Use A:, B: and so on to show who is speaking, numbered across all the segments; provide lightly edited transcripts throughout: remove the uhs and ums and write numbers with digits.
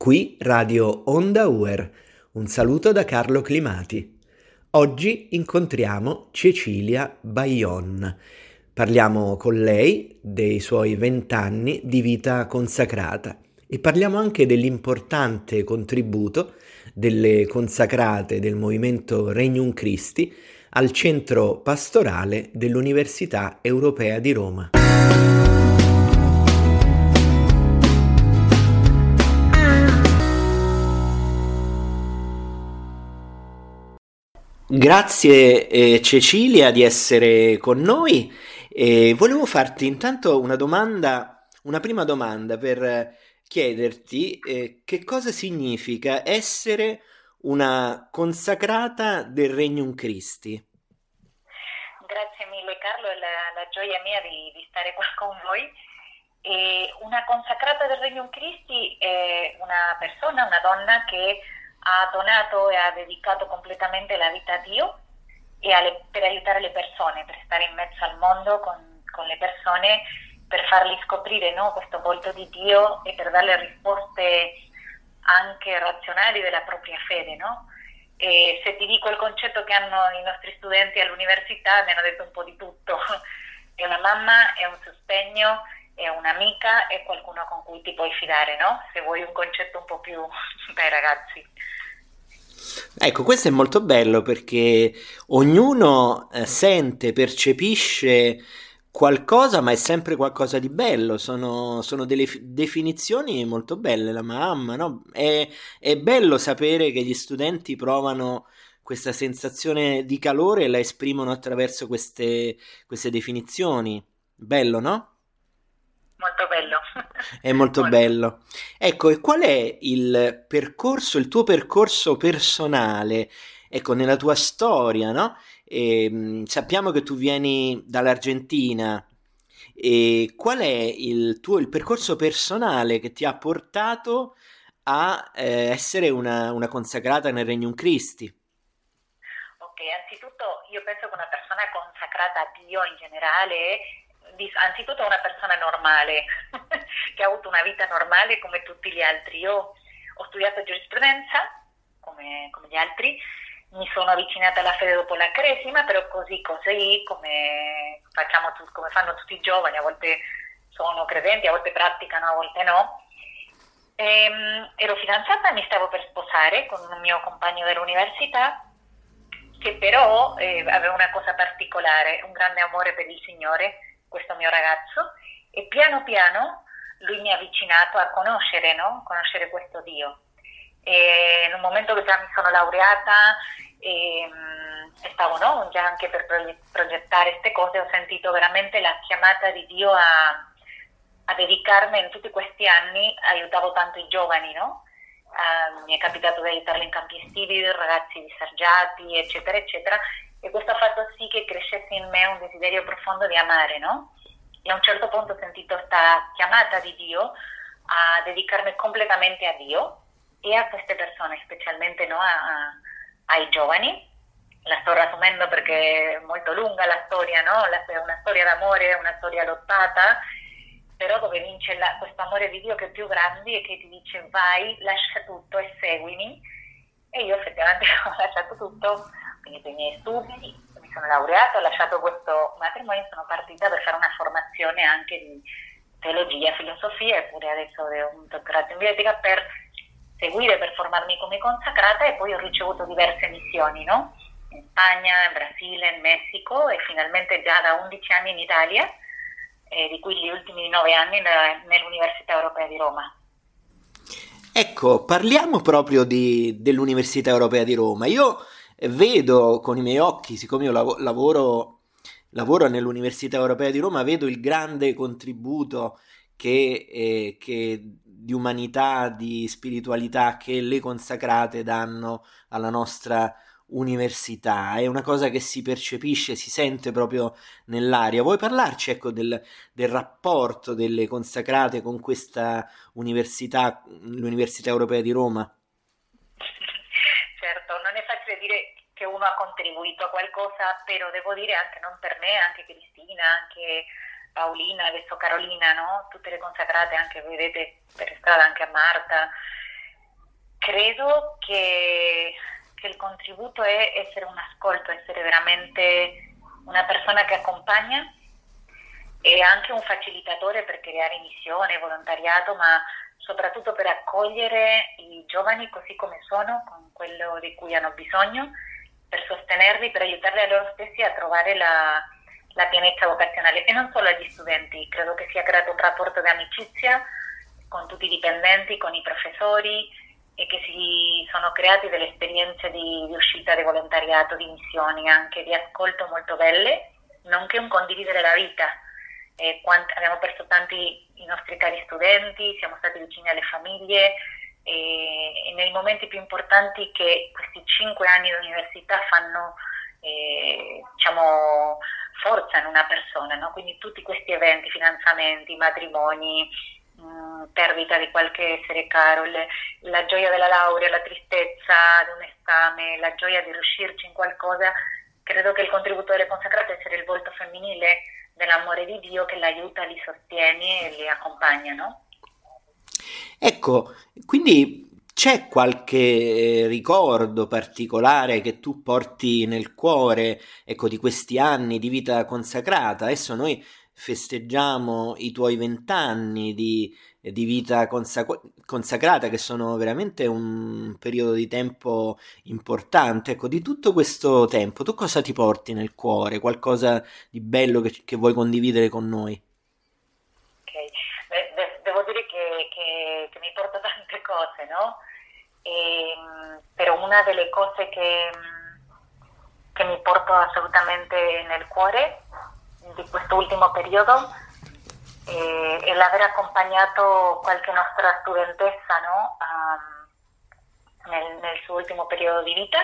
A: Qui Radio Onda Uer. Un saluto da Carlo Climati. Oggi incontriamo Cecilia Baion. Parliamo con lei dei suoi 20 anni di vita consacrata e parliamo anche dell'importante contributo delle consacrate del movimento Regnum Christi al centro pastorale dell'Università Europea di Roma. Grazie Cecilia di essere con noi e volevo farti intanto una prima domanda per chiederti che cosa significa essere una consacrata del Regnum Christi.
B: Grazie mille Carlo, è la gioia mia di stare qua con voi. E una consacrata del Regnum Christi è una persona, una donna che ha donato e ha dedicato completamente la vita a Dio e per aiutare le persone, per stare in mezzo al mondo con le persone, per fargli scoprire, no, questo volto di Dio e per darle risposte anche razionali della propria fede, no? E se ti dico il concetto che hanno i nostri studenti all'università, mi hanno detto un po' di tutto. È una mamma, è un sostegno, è un'amica, è qualcuno con cui ti puoi fidare, no? Se vuoi un concetto un po' più dai ragazzi.
A: Ecco, questo è molto bello perché ognuno sente, percepisce qualcosa, ma è sempre qualcosa di bello. Sono delle definizioni molto belle, la mamma, no? È bello sapere che gli studenti provano questa sensazione di calore e la esprimono attraverso queste definizioni. Bello, no?
B: Molto bello.
A: È molto bello. Ecco, e qual è il tuo percorso personale, ecco, nella tua storia, no? Sappiamo che tu vieni dall'Argentina. E qual è il percorso personale che ti ha portato a essere una consacrata nel Regnum Christi?
B: Ok, anzitutto io penso che una persona consacrata a Dio in generale anzitutto una persona normale, che ha avuto una vita normale come tutti gli altri. Io ho studiato giurisprudenza, come gli altri, mi sono avvicinata alla fede dopo la Cresima, però così, come fanno tutti i giovani, a volte sono credenti, a volte praticano, a volte no. Ero fidanzata e mi stavo per sposare con un mio compagno dell'università, che però aveva una cosa particolare, un grande amore per il Signore, questo mio ragazzo, e piano piano lui mi ha avvicinato a conoscere, no? Conoscere questo Dio. E in un momento che già mi sono laureata e stavo, no, già anche per progettare queste cose, ho sentito veramente la chiamata di Dio a dedicarmi. In tutti questi anni aiutavo tanto i giovani, no? Mi è capitato di aiutarli in campi estivi, ragazzi disagiati, eccetera, eccetera. E questo ha fatto sì che crescesse in me un desiderio profondo di amare, no? E a un certo punto ho sentito questa chiamata di Dio a dedicarmi completamente a Dio e a queste persone, specialmente, no, ai giovani. La sto riassumendo perché è molto lunga la storia, no? È una storia d'amore, una storia lottata, però dove vince questo amore di Dio che è più grande e che ti dice vai, lascia tutto e seguimi. E io effettivamente ho lasciato tutto, finito i miei studi, mi sono laureata, ho lasciato questo matrimonio e sono partita per fare una formazione anche di teologia, filosofia, e pure adesso ho un dottorato in bioetica per seguire, per formarmi come consacrata. E poi ho ricevuto diverse missioni, no? In Spagna, in Brasile, in Messico e finalmente già da 11 anni in Italia, di cui gli ultimi 9 anni nell'Università Europea di Roma.
A: Ecco, parliamo proprio dell'Università Europea di Roma. Io vedo con i miei occhi, siccome io lavoro nell'Università Europea di Roma, vedo il grande contributo che di umanità, di spiritualità che le consacrate danno alla nostra università. È una cosa che si percepisce, si sente proprio nell'aria. Vuoi parlarci, ecco, del rapporto delle consacrate con questa università, l'Università Europea di Roma?
B: Certo, non è facile dire che uno ha contribuito a qualcosa, però devo dire anche non per me, anche Cristina, anche Paolina, adesso Carolina, no? Tutte le consacrate, anche vedete per strada anche a Marta, Credo che il contributo è essere un ascolto, essere veramente una persona che accompagna e anche un facilitatore per creare missione, volontariato, ma soprattutto per accogliere i giovani così come sono, con quello di cui hanno bisogno, per sostenerli, per aiutarli a loro stessi a trovare la pienezza vocazionale. E non solo agli studenti, credo che sia creato un rapporto di amicizia con tutti i dipendenti, con i professori, e che si sono create delle esperienze di uscita di volontariato, di missioni, anche di ascolto molto belle, nonché un condividere la vita. Abbiamo perso tanti i nostri cari studenti, siamo stati vicini alle famiglie e nei momenti più importanti che questi 5 anni di università fanno, diciamo, forza in una persona, no? Quindi tutti questi eventi, fidanzamenti, matrimoni, perdita di qualche essere caro, la gioia della laurea, la tristezza di un esame, la gioia di riuscirci in qualcosa, credo che il contributo delle consacrate è essere il volto femminile dell'amore di Dio che l'aiuta, li sostiene e li accompagna, no?
A: Ecco, quindi c'è qualche ricordo particolare che tu porti nel cuore, ecco, di questi anni di vita consacrata? Adesso noi festeggiamo i tuoi 20 anni di vita consacrata, che sono veramente un periodo di tempo importante. Ecco, di tutto questo tempo, tu cosa ti porti nel cuore? Qualcosa di bello che vuoi condividere con noi?
B: Ok, devo dire che mi porta tante cose, no? Però una delle cose che mi porto assolutamente nel cuore di questo ultimo periodo è l'aver accompagnato qualche nostra studentessa, no? Nel suo ultimo periodo di vita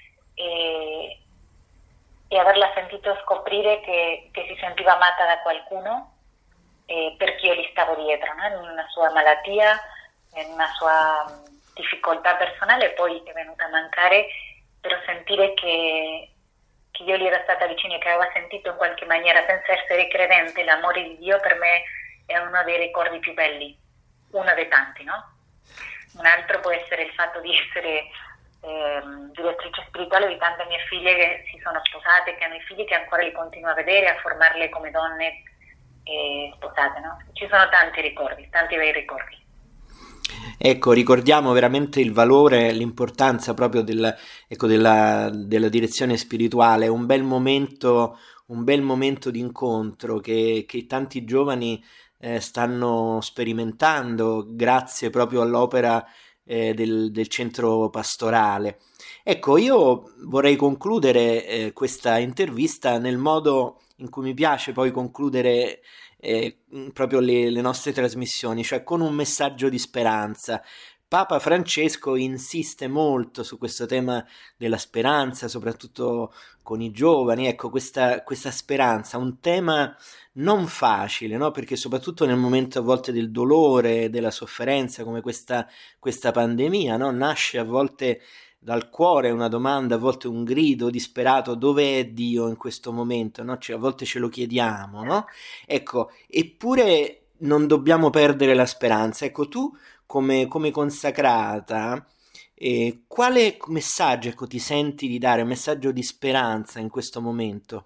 B: e averla sentito scoprire che si sentiva amata da qualcuno perché io gli stavo dietro, no? In una sua malattia, in una sua difficoltà personale, poi è venuta a mancare, però sentire che io gli ero stata vicina e che aveva sentito in qualche maniera, senza essere credente, l'amore di Dio, per me è uno dei ricordi più belli, uno dei tanti, no? Un altro può essere il fatto di essere direttrice spirituale di tante mie figlie che si sono sposate, che hanno i figli, che ancora li continuo a vedere, a formarle come donne sposate, no? Ci sono tanti ricordi, tanti bei ricordi.
A: Ecco, ricordiamo veramente il valore, l'importanza proprio della direzione spirituale, un bel momento di incontro che tanti giovani stanno sperimentando grazie proprio all'opera del centro pastorale. Ecco, io vorrei concludere questa intervista nel modo in cui mi piace poi concludere proprio le nostre trasmissioni, cioè con un messaggio di speranza. Papa Francesco insiste molto su questo tema della speranza, soprattutto con i giovani. Ecco, questa speranza, un tema non facile, no? Perché soprattutto nel momento a volte del dolore, della sofferenza, come questa pandemia, no? Nasce a volte dal cuore una domanda, a volte un grido disperato: dove è Dio in questo momento? No? Cioè, a volte ce lo chiediamo, no? Ecco, eppure non dobbiamo perdere la speranza. Ecco, tu come consacrata, quale messaggio, ecco, ti senti di dare, un messaggio di speranza in questo momento?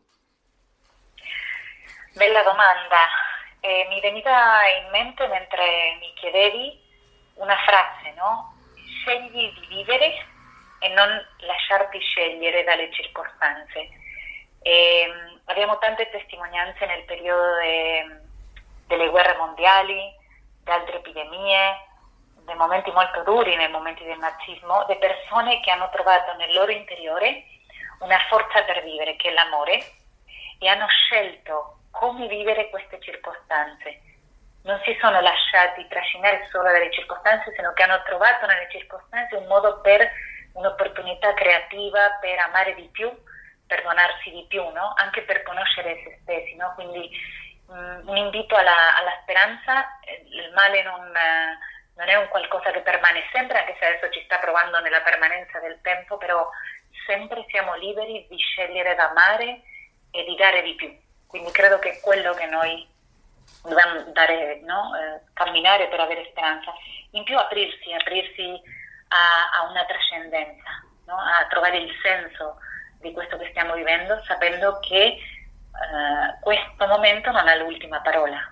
B: Bella domanda. Mi veniva in mente mentre mi chiedevi una frase, no? Scegli di vivere e non lasciarti scegliere dalle circostanze. Abbiamo tante testimonianze nel periodo delle guerre mondiali, di altre epidemie, dei momenti molto duri, nei momenti del nazismo, di persone che hanno trovato nel loro interiore una forza per vivere, che è l'amore, e hanno scelto come vivere queste circostanze. Non si sono lasciati trascinare solo dalle circostanze, sino che hanno trovato nelle circostanze un modo per un'opportunità creativa per amare di più, per donarsi di più, no? Anche per conoscere se stessi, no? Quindi un invito alla speranza. Il male non è un qualcosa che permane sempre, anche se adesso ci sta provando nella permanenza del tempo, però sempre siamo liberi di scegliere d'amare e di dare di più. Quindi credo che è quello che noi dobbiamo dare, no? Camminare per avere speranza. In più aprirsi a una trascendenza, no? A trovare il senso di questo che stiamo vivendo, sapendo che questo momento non ha l'ultima parola.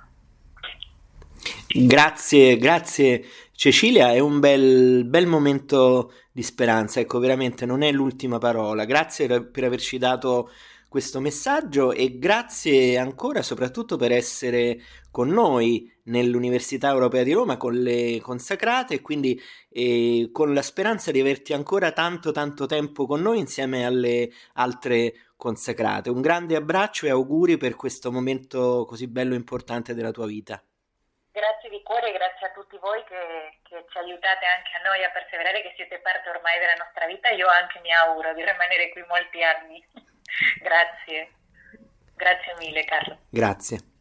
A: Grazie, grazie Cecilia, è un bel momento di speranza, ecco, veramente non è l'ultima parola. Grazie per averci dato questo messaggio e grazie ancora soprattutto per essere con noi nell'Università Europea di Roma con le consacrate e quindi con la speranza di averti ancora tanto tanto tempo con noi insieme alle altre consacrate. Un grande abbraccio e auguri per questo momento così bello e importante della tua vita.
B: Grazie di cuore, grazie a tutti voi che ci aiutate anche a noi a perseverare, che siete parte ormai della nostra vita. Io anche mi auguro di rimanere qui molti anni. Grazie, grazie mille Carlo.
A: Grazie.